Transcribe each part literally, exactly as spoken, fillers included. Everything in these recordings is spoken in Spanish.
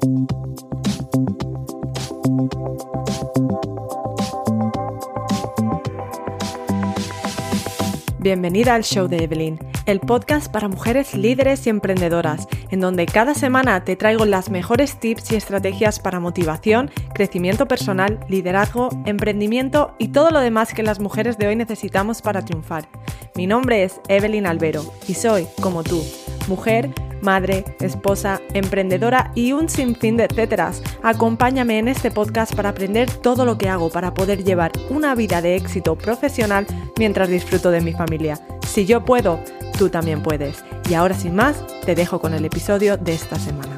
Bienvenida al show de Evelyn, el podcast para mujeres líderes y emprendedoras, en donde cada semana te traigo las mejores tips y estrategias para motivación, crecimiento personal, liderazgo, emprendimiento y todo lo demás que las mujeres de hoy necesitamos para triunfar. Mi nombre es Evelyn Albero y soy, como tú, mujer, madre, esposa, emprendedora y un sinfín de etcéteras. Acompáñame en este podcast para aprender todo lo que hago para poder llevar una vida de éxito profesional mientras disfruto de mi familia. Si yo puedo, tú también puedes. Y ahora sin más, te dejo con el episodio de esta semana.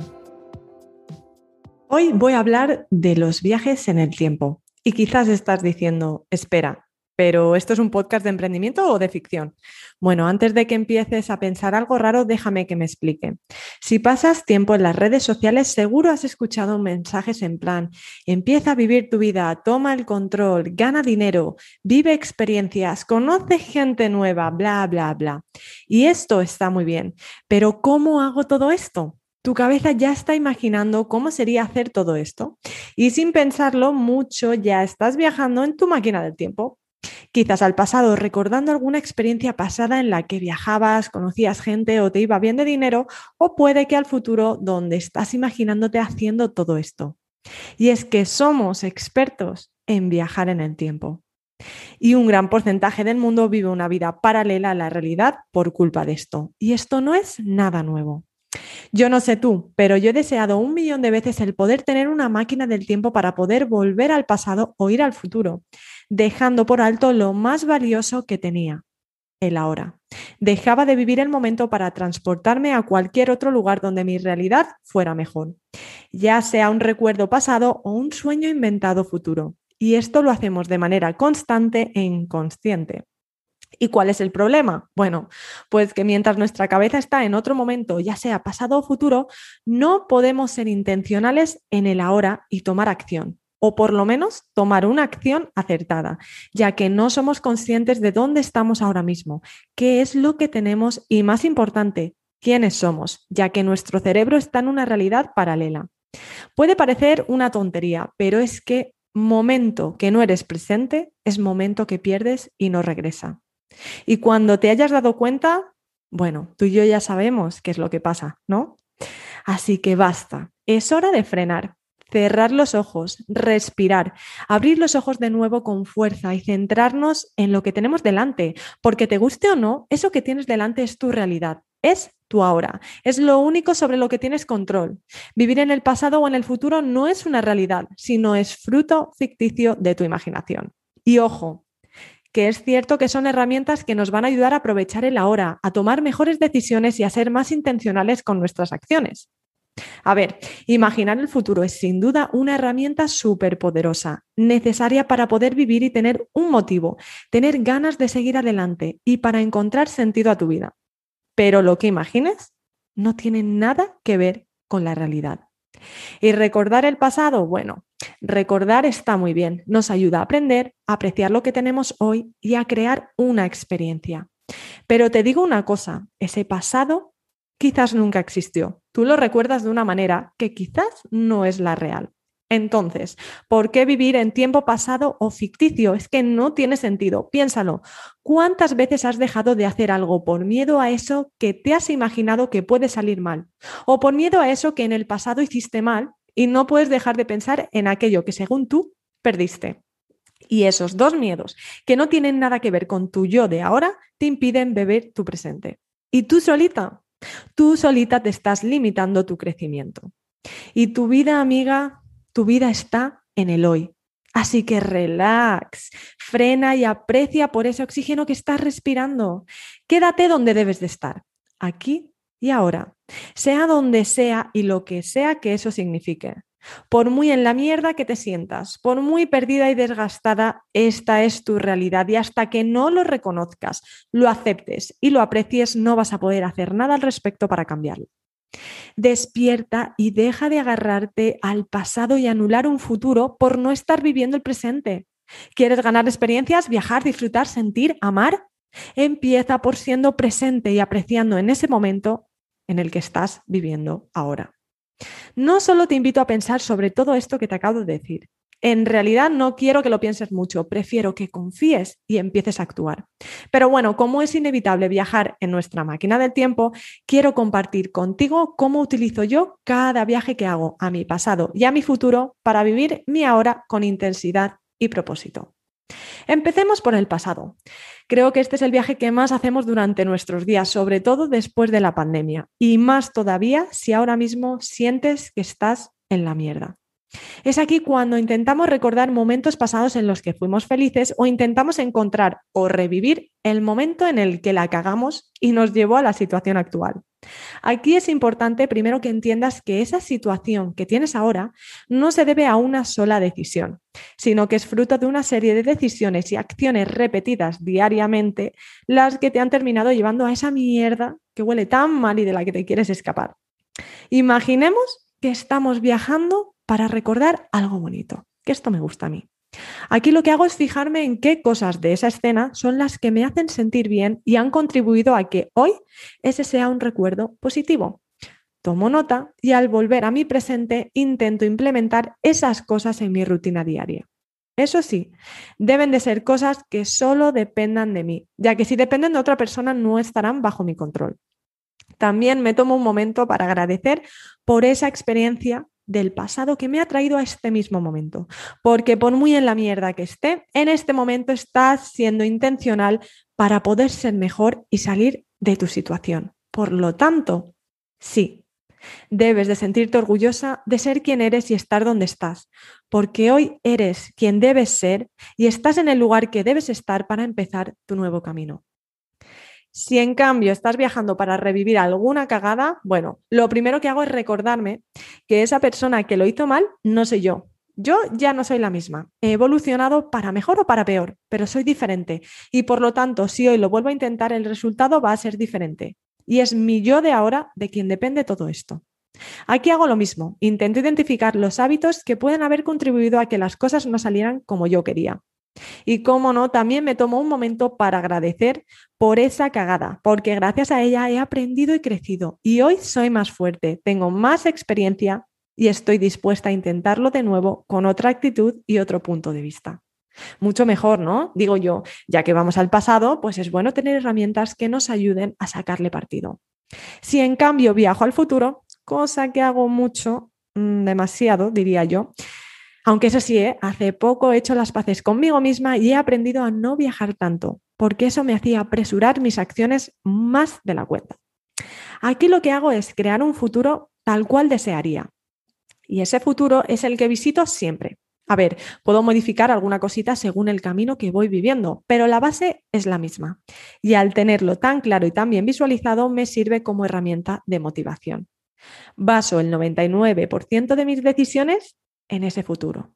Hoy voy a hablar de los viajes en el tiempo. Y quizás estás diciendo, espera, ¿pero esto es un podcast de emprendimiento o de ficción? Bueno, antes de que empieces a pensar algo raro, déjame que me explique. Si pasas tiempo en las redes sociales, seguro has escuchado mensajes en plan, empieza a vivir tu vida, toma el control, gana dinero, vive experiencias, conoce gente nueva, bla, bla, bla. Y esto está muy bien, pero ¿cómo hago todo esto? Tu cabeza ya está imaginando cómo sería hacer todo esto y sin pensarlo mucho ya estás viajando en tu máquina del tiempo. Quizás al pasado, recordando alguna experiencia pasada en la que viajabas, conocías gente o te iba bien de dinero, o puede que al futuro donde estás imaginándote haciendo todo esto. Y es que somos expertos en viajar en el tiempo. Y un gran porcentaje del mundo vive una vida paralela a la realidad por culpa de esto. Y esto no es nada nuevo. Yo no sé tú, pero yo he deseado un millón de veces el poder tener una máquina del tiempo para poder volver al pasado o ir al futuro, dejando por alto lo más valioso que tenía, el ahora. Dejaba de vivir el momento para transportarme a cualquier otro lugar donde mi realidad fuera mejor, ya sea un recuerdo pasado o un sueño inventado futuro. Y esto lo hacemos de manera constante e inconsciente. ¿Y cuál es el problema? Bueno, pues que mientras nuestra cabeza está en otro momento, ya sea pasado o futuro, no podemos ser intencionales en el ahora y tomar acción, o por lo menos tomar una acción acertada, ya que no somos conscientes de dónde estamos ahora mismo, qué es lo que tenemos y, más importante, quiénes somos, ya que nuestro cerebro está en una realidad paralela. Puede parecer una tontería, pero es que momento que no eres presente es momento que pierdes y no regresa. Y cuando te hayas dado cuenta, bueno, tú y yo ya sabemos qué es lo que pasa, ¿no? Así que basta, es hora de frenar, cerrar los ojos, respirar, abrir los ojos de nuevo con fuerza y centrarnos en lo que tenemos delante, porque te guste o no, eso que tienes delante es tu realidad, es tu ahora, es lo único sobre lo que tienes control. Vivir en el pasado o en el futuro no es una realidad, sino es fruto ficticio de tu imaginación. Y ojo, que es cierto que son herramientas que nos van a ayudar a aprovechar el ahora, a tomar mejores decisiones y a ser más intencionales con nuestras acciones. A ver, imaginar el futuro es sin duda una herramienta súper poderosa, necesaria para poder vivir y tener un motivo, tener ganas de seguir adelante y para encontrar sentido a tu vida. Pero lo que imagines no tiene nada que ver con la realidad. Y recordar el pasado, bueno, recordar está muy bien, nos ayuda a aprender, a apreciar lo que tenemos hoy y a crear una experiencia. Pero te digo una cosa, ese pasado quizás nunca existió. Tú lo recuerdas de una manera que quizás no es la real. Entonces, ¿por qué vivir en tiempo pasado o ficticio? Es que no tiene sentido. Piénsalo. ¿Cuántas veces has dejado de hacer algo por miedo a eso que te has imaginado que puede salir mal? O por miedo a eso que en el pasado hiciste mal y no puedes dejar de pensar en aquello que según tú perdiste. Y esos dos miedos, que no tienen nada que ver con tu yo de ahora, te impiden vivir tu presente. Y tú solita, tú solita te estás limitando tu crecimiento. Y tu vida, amiga, tu vida está en el hoy. Así que relax, frena y aprecia por ese oxígeno que estás respirando. Quédate donde debes de estar, aquí y ahora, sea donde sea y lo que sea que eso signifique. Por muy en la mierda que te sientas, por muy perdida y desgastada, esta es tu realidad y hasta que no lo reconozcas, lo aceptes y lo aprecies, no vas a poder hacer nada al respecto para cambiarlo. Despierta y deja de agarrarte al pasado y anular un futuro por no estar viviendo el presente. ¿Quieres ganar experiencias, viajar, disfrutar, sentir, amar? Empieza por siendo presente y apreciando en ese momento en el que estás viviendo ahora. No solo te invito a pensar sobre todo esto que te acabo de decir. En realidad no quiero que lo pienses mucho, prefiero que confíes y empieces a actuar. Pero bueno, como es inevitable viajar en nuestra máquina del tiempo, quiero compartir contigo cómo utilizo yo cada viaje que hago a mi pasado y a mi futuro para vivir mi ahora con intensidad y propósito. Empecemos por el pasado. Creo que este es el viaje que más hacemos durante nuestros días, sobre todo después de la pandemia, y más todavía si ahora mismo sientes que estás en la mierda. Es aquí cuando intentamos recordar momentos pasados en los que fuimos felices o intentamos encontrar o revivir el momento en el que la cagamos y nos llevó a la situación actual. Aquí es importante primero que entiendas que esa situación que tienes ahora no se debe a una sola decisión, sino que es fruto de una serie de decisiones y acciones repetidas diariamente las que te han terminado llevando a esa mierda que huele tan mal y de la que te quieres escapar. Imaginemos que estamos viajando para recordar algo bonito, que esto me gusta a mí. Aquí lo que hago es fijarme en qué cosas de esa escena son las que me hacen sentir bien y han contribuido a que hoy ese sea un recuerdo positivo. Tomo nota y al volver a mi presente intento implementar esas cosas en mi rutina diaria. Eso sí, deben de ser cosas que solo dependan de mí, ya que si dependen de otra persona no estarán bajo mi control. También me tomo un momento para agradecer por esa experiencia del pasado que me ha traído a este mismo momento, porque por muy en la mierda que esté, en este momento estás siendo intencional para poder ser mejor y salir de tu situación. Por lo tanto, sí, debes de sentirte orgullosa de ser quien eres y estar donde estás, porque hoy eres quien debes ser y estás en el lugar que debes estar para empezar tu nuevo camino. Si en cambio estás viajando para revivir alguna cagada, bueno, lo primero que hago es recordarme que esa persona que lo hizo mal no soy yo. Yo ya no soy la misma. He evolucionado para mejor o para peor, pero soy diferente. Y por lo tanto, si hoy lo vuelvo a intentar, el resultado va a ser diferente. Y es mi yo de ahora de quien depende todo esto. Aquí hago lo mismo. Intento identificar los hábitos que pueden haber contribuido a que las cosas no salieran como yo quería. Y cómo no, también me tomo un momento para agradecer por esa cagada, porque gracias a ella he aprendido y crecido y hoy soy más fuerte, tengo más experiencia y estoy dispuesta a intentarlo de nuevo con otra actitud y otro punto de vista. Mucho mejor, ¿no? Digo yo, ya que vamos al pasado, pues es bueno tener herramientas que nos ayuden a sacarle partido. Si en cambio viajo al futuro, cosa que hago mucho, demasiado, diría yo, aunque eso sí, ¿eh? Hace poco he hecho las paces conmigo misma y he aprendido a no viajar tanto, porque eso me hacía apresurar mis acciones más de la cuenta. Aquí lo que hago es crear un futuro tal cual desearía. Y ese futuro es el que visito siempre. A ver, puedo modificar alguna cosita según el camino que voy viviendo, pero la base es la misma. Y al tenerlo tan claro y tan bien visualizado, me sirve como herramienta de motivación. Baso el noventa y nueve por ciento de mis decisiones en ese futuro.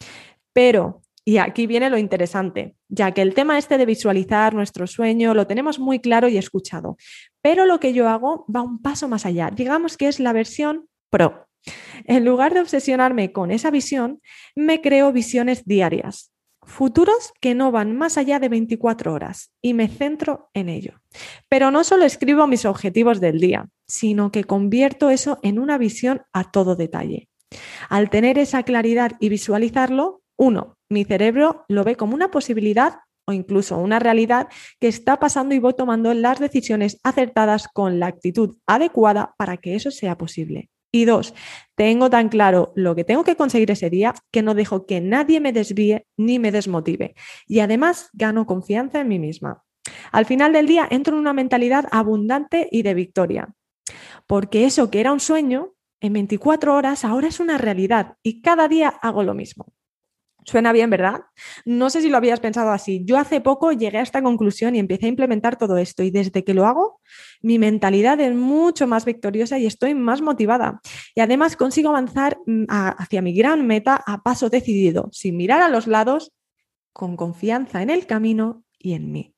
Pero, y aquí viene lo interesante, ya que el tema este de visualizar nuestro sueño lo tenemos muy claro y escuchado, pero lo que yo hago va un paso más allá, digamos que es la versión pro. En lugar de obsesionarme con esa visión, me creo visiones diarias, futuros que no van más allá de veinticuatro horas y me centro en ello. Pero no solo escribo mis objetivos del día, sino que convierto eso en una visión a todo detalle. Al tener esa claridad y visualizarlo, uno, mi cerebro lo ve como una posibilidad o incluso una realidad que está pasando y voy tomando las decisiones acertadas con la actitud adecuada para que eso sea posible. Y dos, tengo tan claro lo que tengo que conseguir ese día que no dejo que nadie me desvíe ni me desmotive. Y además gano confianza en mí misma. Al final del día entro en una mentalidad abundante y de victoria. Porque eso que era un sueño, en veinticuatro horas ahora es una realidad y cada día hago lo mismo. Suena bien, ¿verdad? No sé si lo habías pensado así. Yo hace poco llegué a esta conclusión y empecé a implementar todo esto y desde que lo hago, mi mentalidad es mucho más victoriosa y estoy más motivada. Y además consigo avanzar hacia mi gran meta a paso decidido, sin mirar a los lados, con confianza en el camino y en mí.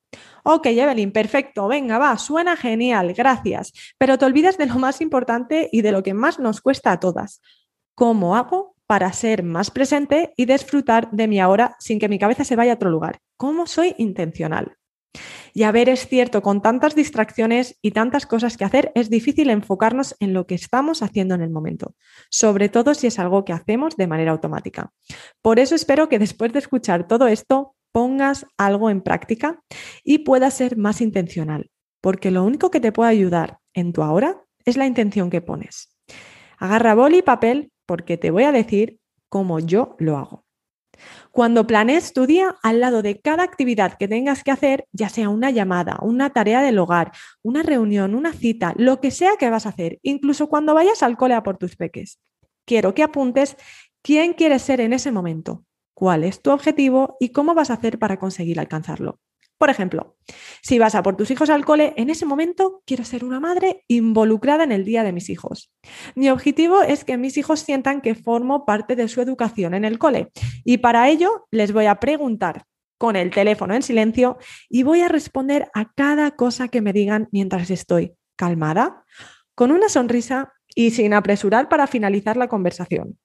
Ok, Evelyn, perfecto, venga, va, suena genial, gracias. Pero te olvidas de lo más importante y de lo que más nos cuesta a todas. ¿Cómo hago para ser más presente y disfrutar de mi ahora sin que mi cabeza se vaya a otro lugar? ¿Cómo soy intencional? Y a ver, es cierto, con tantas distracciones y tantas cosas que hacer, es difícil enfocarnos en lo que estamos haciendo en el momento, sobre todo si es algo que hacemos de manera automática. Por eso espero que después de escuchar todo esto, pongas algo en práctica y puedas ser más intencional, porque lo único que te puede ayudar en tu ahora es la intención que pones. Agarra boli y papel porque te voy a decir cómo yo lo hago. Cuando planees tu día, al lado de cada actividad que tengas que hacer, ya sea una llamada, una tarea del hogar, una reunión, una cita, lo que sea que vas a hacer, incluso cuando vayas al cole a por tus peques, quiero que apuntes quién quieres ser en ese momento, cuál es tu objetivo y cómo vas a hacer para conseguir alcanzarlo. Por ejemplo, si vas a por tus hijos al cole, en ese momento quiero ser una madre involucrada en el día de mis hijos. Mi objetivo es que mis hijos sientan que formo parte de su educación en el cole y para ello les voy a preguntar con el teléfono en silencio y voy a responder a cada cosa que me digan mientras estoy calmada, con una sonrisa y sin apresurar para finalizar la conversación.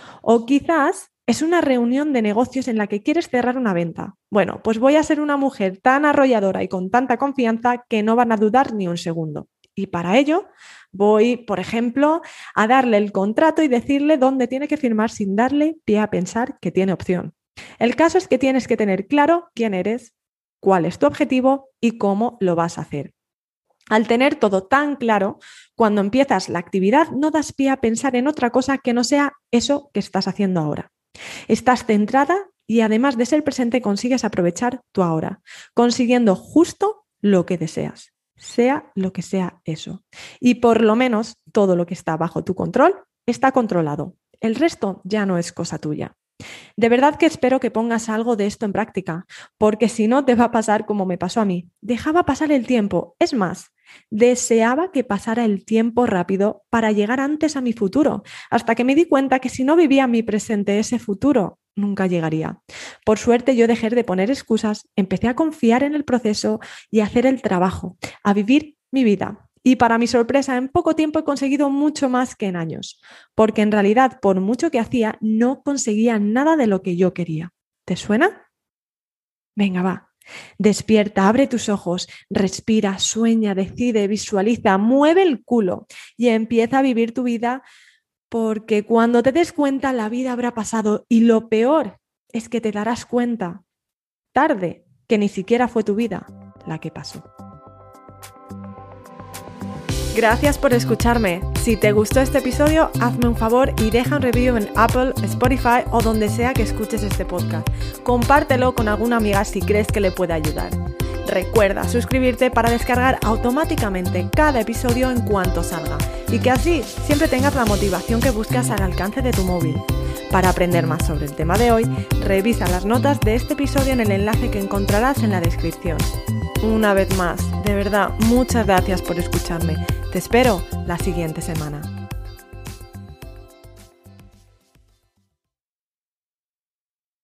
O quizás es una reunión de negocios en la que quieres cerrar una venta. Bueno, pues voy a ser una mujer tan arrolladora y con tanta confianza que no van a dudar ni un segundo. Y para ello voy, por ejemplo, a darle el contrato y decirle dónde tiene que firmar sin darle pie a pensar que tiene opción. El caso es que tienes que tener claro quién eres, cuál es tu objetivo y cómo lo vas a hacer. Al tener todo tan claro, cuando empiezas la actividad no das pie a pensar en otra cosa que no sea eso que estás haciendo ahora. Estás centrada y además de ser presente consigues aprovechar tu ahora, consiguiendo justo lo que deseas, sea lo que sea eso. Y por lo menos todo lo que está bajo tu control está controlado. El resto ya no es cosa tuya. De verdad que espero que pongas algo de esto en práctica, porque si no te va a pasar como me pasó a mí. Dejaba pasar el tiempo, es más, deseaba que pasara el tiempo rápido para llegar antes a mi futuro, hasta que me di cuenta que si no vivía mi presente, ese futuro nunca llegaría. Por suerte yo dejé de poner excusas, empecé a confiar en el proceso y a hacer el trabajo, a vivir mi vida. Y para mi sorpresa, en poco tiempo he conseguido mucho más que en años, porque en realidad, por mucho que hacía, no conseguía nada de lo que yo quería. ¿Te suena? Venga, va. Despierta, abre tus ojos, respira, sueña, decide, visualiza, mueve el culo y empieza a vivir tu vida, porque cuando te des cuenta la vida habrá pasado y lo peor es que te darás cuenta tarde que ni siquiera fue tu vida la que pasó. Gracias por escucharme. Si te gustó este episodio, hazme un favor y deja un review en Apple, Spotify o donde sea que escuches este podcast. Compártelo con alguna amiga si crees que le puede ayudar. Recuerda suscribirte para descargar automáticamente cada episodio en cuanto salga y que así siempre tengas la motivación que buscas al alcance de tu móvil. Para aprender más sobre el tema de hoy, revisa las notas de este episodio en el enlace que encontrarás en la descripción. Una vez más, de verdad, muchas gracias por escucharme. Te espero la siguiente semana.